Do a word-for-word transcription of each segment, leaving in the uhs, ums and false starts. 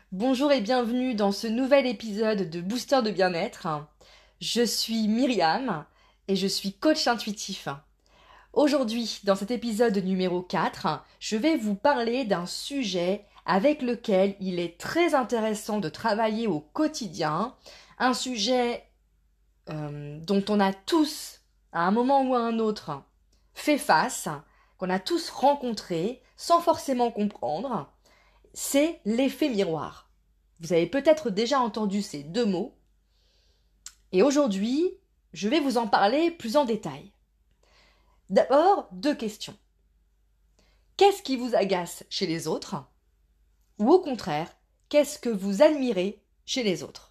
Bonjour et bienvenue dans ce nouvel épisode de Booster de bien-être. Je suis Myriam et je suis coach intuitif. Aujourd'hui, dans cet épisode numéro quatre, je vais vous parler d'un sujet avec lequel il est très intéressant de travailler au quotidien, un sujet euh, dont on a tous, à un moment ou à un autre, fait face, qu'on a tous rencontré sans forcément comprendre, c'est l'effet miroir. Vous avez peut-être déjà entendu ces deux mots, et aujourd'hui, je vais vous en parler plus en détail. D'abord, deux questions. Qu'est-ce qui vous agace chez les autres? Ou au contraire, qu'est-ce que vous admirez chez les autres?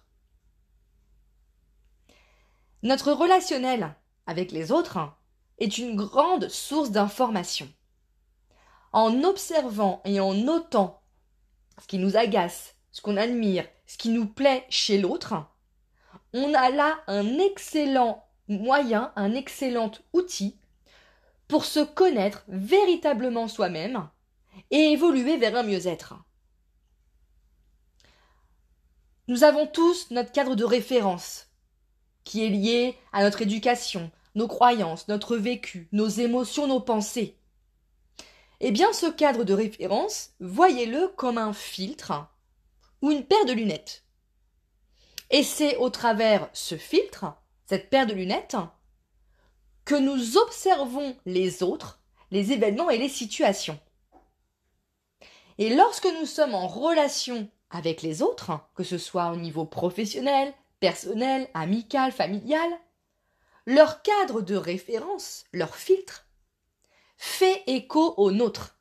Notre relationnel avec les autres est une grande source d'informations. En observant et en notant ce qui nous agace, ce qu'on admire, ce qui nous plaît chez l'autre, on a là un excellent moyen, un excellent outil pour se connaître véritablement soi-même et évoluer vers un mieux-être. Nous avons tous notre cadre de référence qui est lié à notre éducation, nos croyances, notre vécu, nos émotions, nos pensées. Eh bien, ce cadre de référence, voyez-le comme un filtre ou une paire de lunettes. Et c'est au travers ce filtre, cette paire de lunettes, que nous observons les autres, les événements et les situations. Et lorsque nous sommes en relation avec les autres, que ce soit au niveau professionnel, personnel, amical, familial, leur cadre de référence, leur filtre, fait écho au nôtre.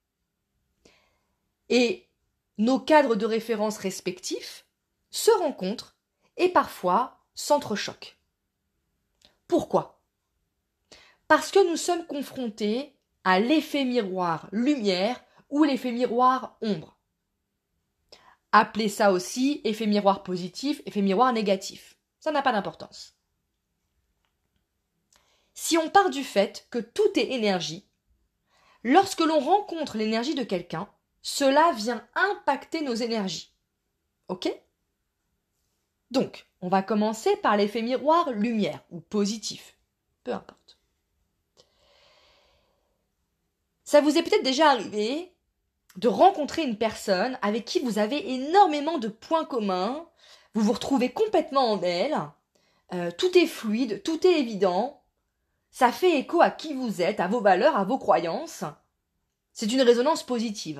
Et nos cadres de référence respectifs se rencontrent et parfois s'entrechoquent. Pourquoi? Parce que nous sommes confrontés à l'effet miroir lumière ou l'effet miroir ombre. Appelez ça aussi effet miroir positif, effet miroir négatif. Ça n'a pas d'importance. Si on part du fait que tout est énergie, lorsque l'on rencontre l'énergie de quelqu'un, cela vient impacter nos énergies. Ok? Donc, on va commencer par l'effet miroir lumière ou positif. Peu importe. Ça vous est peut-être déjà arrivé de rencontrer une personne avec qui vous avez énormément de points communs, vous vous retrouvez complètement en elle, euh, tout est fluide, tout est évident, ça fait écho à qui vous êtes, à vos valeurs, à vos croyances. C'est une résonance positive.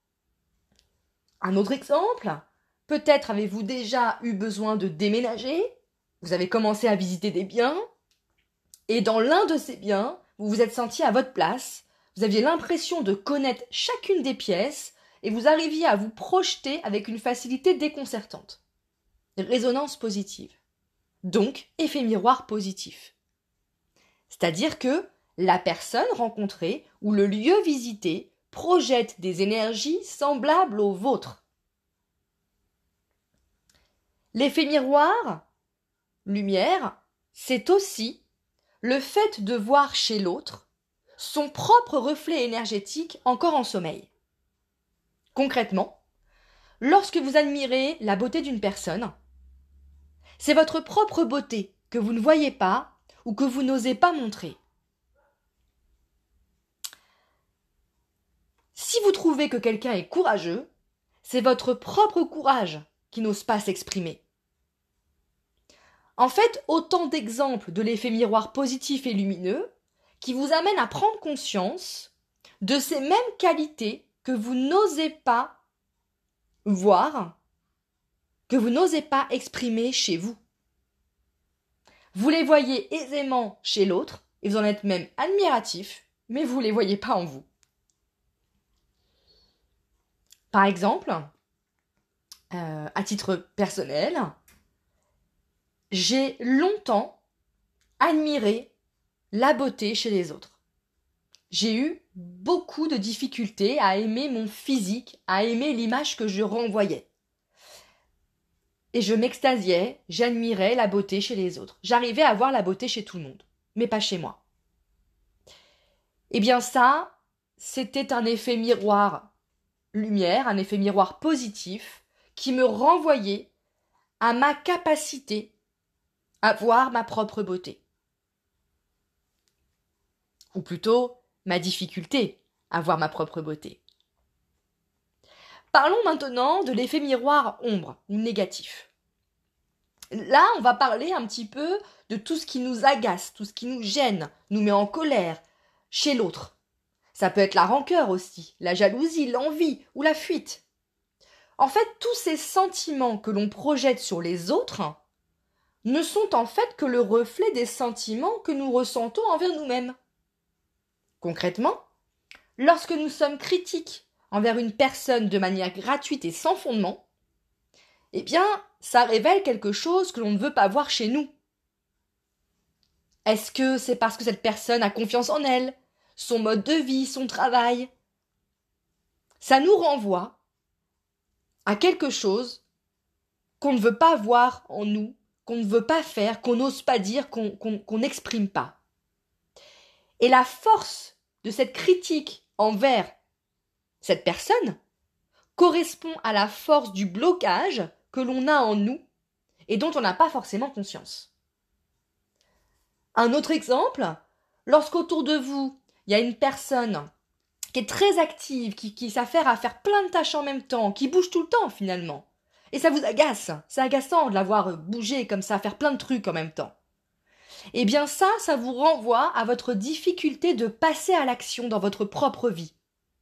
Un autre exemple, peut-être avez-vous déjà eu besoin de déménager, vous avez commencé à visiter des biens, et dans l'un de ces biens, vous vous êtes senti à votre place, vous aviez l'impression de connaître chacune des pièces, et vous arriviez à vous projeter avec une facilité déconcertante. Résonance positive. Donc, effet miroir positif. C'est-à-dire que la personne rencontrée ou le lieu visité projette des énergies semblables aux vôtres. L'effet miroir, lumière, c'est aussi le fait de voir chez l'autre son propre reflet énergétique encore en sommeil. Concrètement, lorsque vous admirez la beauté d'une personne, c'est votre propre beauté que vous ne voyez pas ou que vous n'osez pas montrer. Si vous trouvez que quelqu'un est courageux, c'est votre propre courage qui n'ose pas s'exprimer. En fait, autant d'exemples de l'effet miroir positif et lumineux qui vous amènent à prendre conscience de ces mêmes qualités que vous n'osez pas voir, que vous n'osez pas exprimer chez vous. Vous les voyez aisément chez l'autre, et vous en êtes même admiratif, mais vous ne les voyez pas en vous. Par exemple, euh, à titre personnel, j'ai longtemps admiré la beauté chez les autres. J'ai eu beaucoup de difficultés à aimer mon physique, à aimer l'image que je renvoyais. Et je m'extasiais, j'admirais la beauté chez les autres. J'arrivais à voir la beauté chez tout le monde, mais pas chez moi. Eh bien ça, c'était un effet miroir lumière, un effet miroir positif qui me renvoyait à ma capacité à voir ma propre beauté. Ou plutôt, ma difficulté à voir ma propre beauté. Parlons maintenant de l'effet miroir ombre ou négatif. Là, on va parler un petit peu de tout ce qui nous agace, tout ce qui nous gêne, nous met en colère chez l'autre. Ça peut être la rancœur aussi, la jalousie, l'envie ou la fuite. En fait, tous ces sentiments que l'on projette sur les autres ne sont en fait que le reflet des sentiments que nous ressentons envers nous-mêmes. Concrètement, lorsque nous sommes critiques envers une personne de manière gratuite et sans fondement, eh bien, ça révèle quelque chose que l'on ne veut pas voir chez nous. Est-ce que c'est parce que cette personne a confiance en elle, son mode de vie, son travail? Ça nous renvoie à quelque chose qu'on ne veut pas voir en nous, qu'on ne veut pas faire, qu'on n'ose pas dire, qu'on qu'on, qu'on n'exprime pas. Et la force de cette critique envers cette personne correspond à la force du blocage que l'on a en nous et dont on n'a pas forcément conscience. Un autre exemple, lorsqu'autour de vous, il y a une personne qui est très active, qui, qui s'affaire à faire plein de tâches en même temps, qui bouge tout le temps finalement, et ça vous agace, c'est agaçant de la voir bouger comme ça, faire plein de trucs en même temps. Eh bien ça, ça vous renvoie à votre difficulté de passer à l'action dans votre propre vie.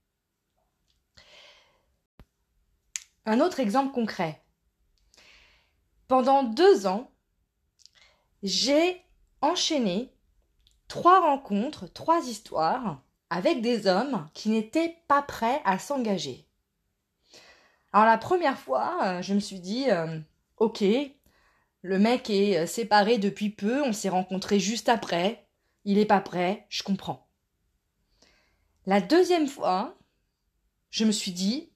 Un autre exemple concret. Pendant deux ans, j'ai enchaîné trois rencontres, trois histoires avec des hommes qui n'étaient pas prêts à s'engager. Alors la première fois, je me suis dit, euh, ok, le mec est séparé depuis peu, on s'est rencontrés juste après, il est pas prêt, je comprends. La deuxième fois, je me suis dit,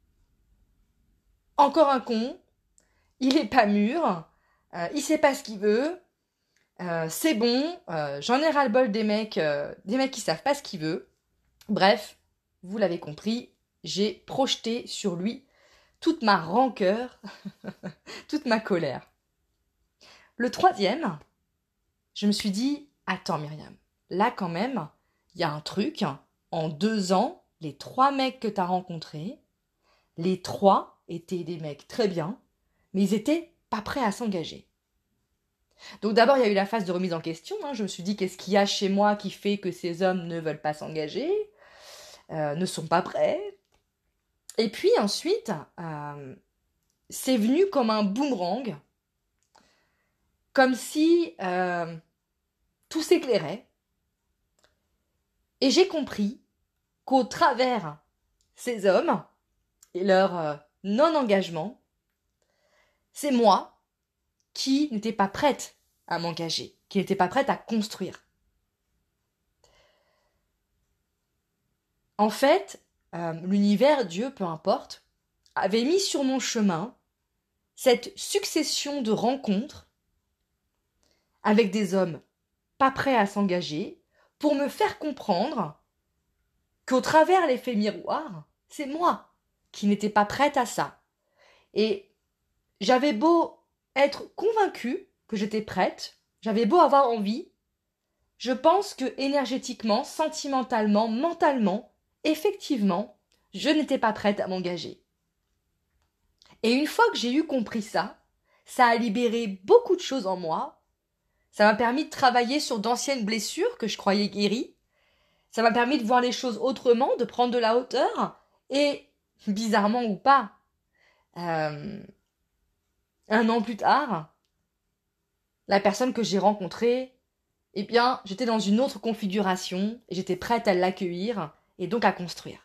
encore un con, il est pas mûr, euh, il sait pas ce qu'il veut, euh, c'est bon, euh, j'en ai ras-le-bol des mecs, euh, des mecs qui savent pas ce qu'ils veulent. Bref, vous l'avez compris, j'ai projeté sur lui toute ma rancœur, toute ma colère. Le troisième, je me suis dit, attends Myriam, là quand même, il y a un truc, en deux ans, les trois mecs que t'as rencontrés, les trois étaient des mecs très bien, mais ils étaient pas prêts à s'engager. Donc d'abord, il y a eu la phase de remise en question, hein. Je me suis dit, qu'est-ce qu'il y a chez moi qui fait que ces hommes ne veulent pas s'engager, euh, ne sont pas prêts. Et puis ensuite, euh, c'est venu comme un boomerang, comme si euh, tout s'éclairait. Et j'ai compris qu'au travers ces hommes et leur euh, non-engagement, c'est moi qui n'étais pas prête à m'engager, qui n'étais pas prête à construire. En fait, euh, l'univers, Dieu, peu importe, avait mis sur mon chemin cette succession de rencontres avec des hommes pas prêts à s'engager pour me faire comprendre qu'au travers l'effet miroir, c'est moi qui n'étais pas prête à ça. Et j'avais beau être convaincue que j'étais prête, j'avais beau avoir envie, je pense que énergétiquement, sentimentalement, mentalement, effectivement, je n'étais pas prête à m'engager. Et une fois que j'ai eu compris ça, ça a libéré beaucoup de choses en moi. Ça m'a permis de travailler sur d'anciennes blessures que je croyais guéries. Ça m'a permis de voir les choses autrement, de prendre de la hauteur. Et, bizarrement ou pas, euh, un an plus tard, la personne que j'ai rencontrée, eh bien, j'étais dans une autre configuration et j'étais prête à l'accueillir et donc à construire.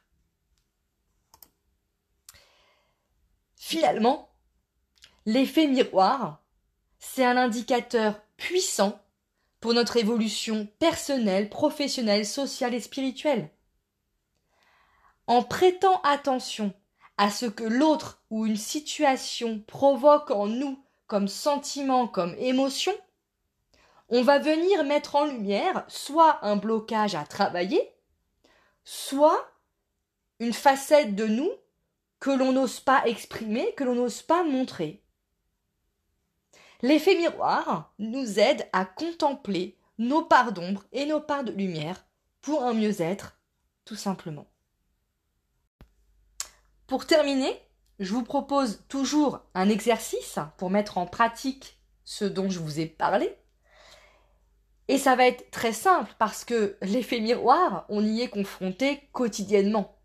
Finalement, l'effet miroir, c'est un indicateur puissant pour notre évolution personnelle, professionnelle, sociale et spirituelle. En prêtant attention à ce que l'autre ou une situation provoque en nous comme sentiment, comme émotion, on va venir mettre en lumière soit un blocage à travailler, soit une facette de nous que l'on n'ose pas exprimer, que l'on n'ose pas montrer. L'effet miroir nous aide à contempler nos parts d'ombre et nos parts de lumière pour un mieux-être, tout simplement. Pour terminer, je vous propose toujours un exercice pour mettre en pratique ce dont je vous ai parlé. Et ça va être très simple parce que l'effet miroir, on y est confronté quotidiennement.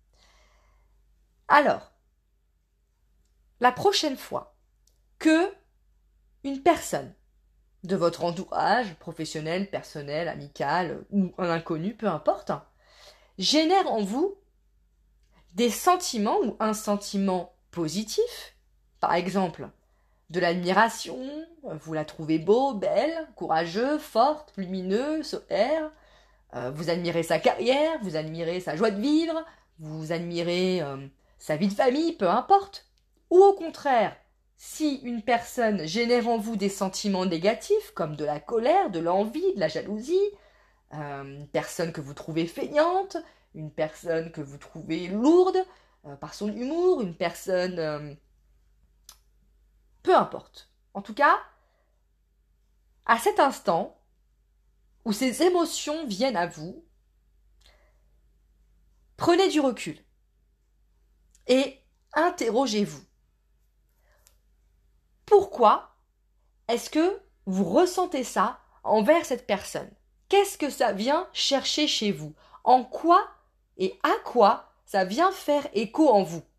Alors, la prochaine fois que une personne de votre entourage, professionnel, personnel, amical ou un inconnu, peu importe, génère en vous des sentiments ou un sentiment positif, par exemple de l'admiration, vous la trouvez beau, belle, courageux, forte, lumineux, solaire, euh, vous admirez sa carrière, vous admirez sa joie de vivre, vous admirez euh, sa vie de famille, peu importe. Ou au contraire, si une personne génère en vous des sentiments négatifs, comme de la colère, de l'envie, de la jalousie, euh, une personne que vous trouvez feignante, une personne que vous trouvez lourde euh, par son humour, une personne... Euh, peu importe. En tout cas, à cet instant où ces émotions viennent à vous, prenez du recul et interrogez-vous. Pourquoi est-ce que vous ressentez ça envers cette personne? Qu'est-ce que ça vient chercher chez vous? En quoi et à quoi ça vient faire écho en vous?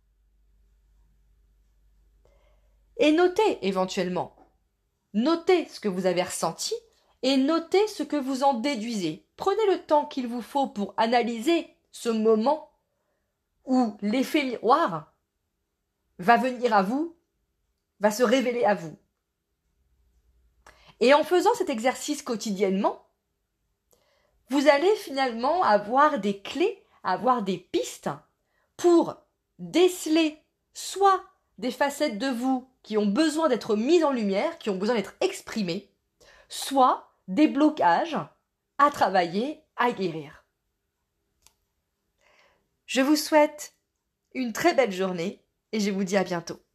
Et notez éventuellement. Notez ce que vous avez ressenti et notez ce que vous en déduisez. Prenez le temps qu'il vous faut pour analyser ce moment où l'effet miroir va venir à vous, va se révéler à vous. Et en faisant cet exercice quotidiennement, vous allez finalement avoir des clés, avoir des pistes pour déceler soit des facettes de vous qui ont besoin d'être mises en lumière, qui ont besoin d'être exprimées, soit des blocages à travailler, à guérir. Je vous souhaite une très belle journée et je vous dis à bientôt.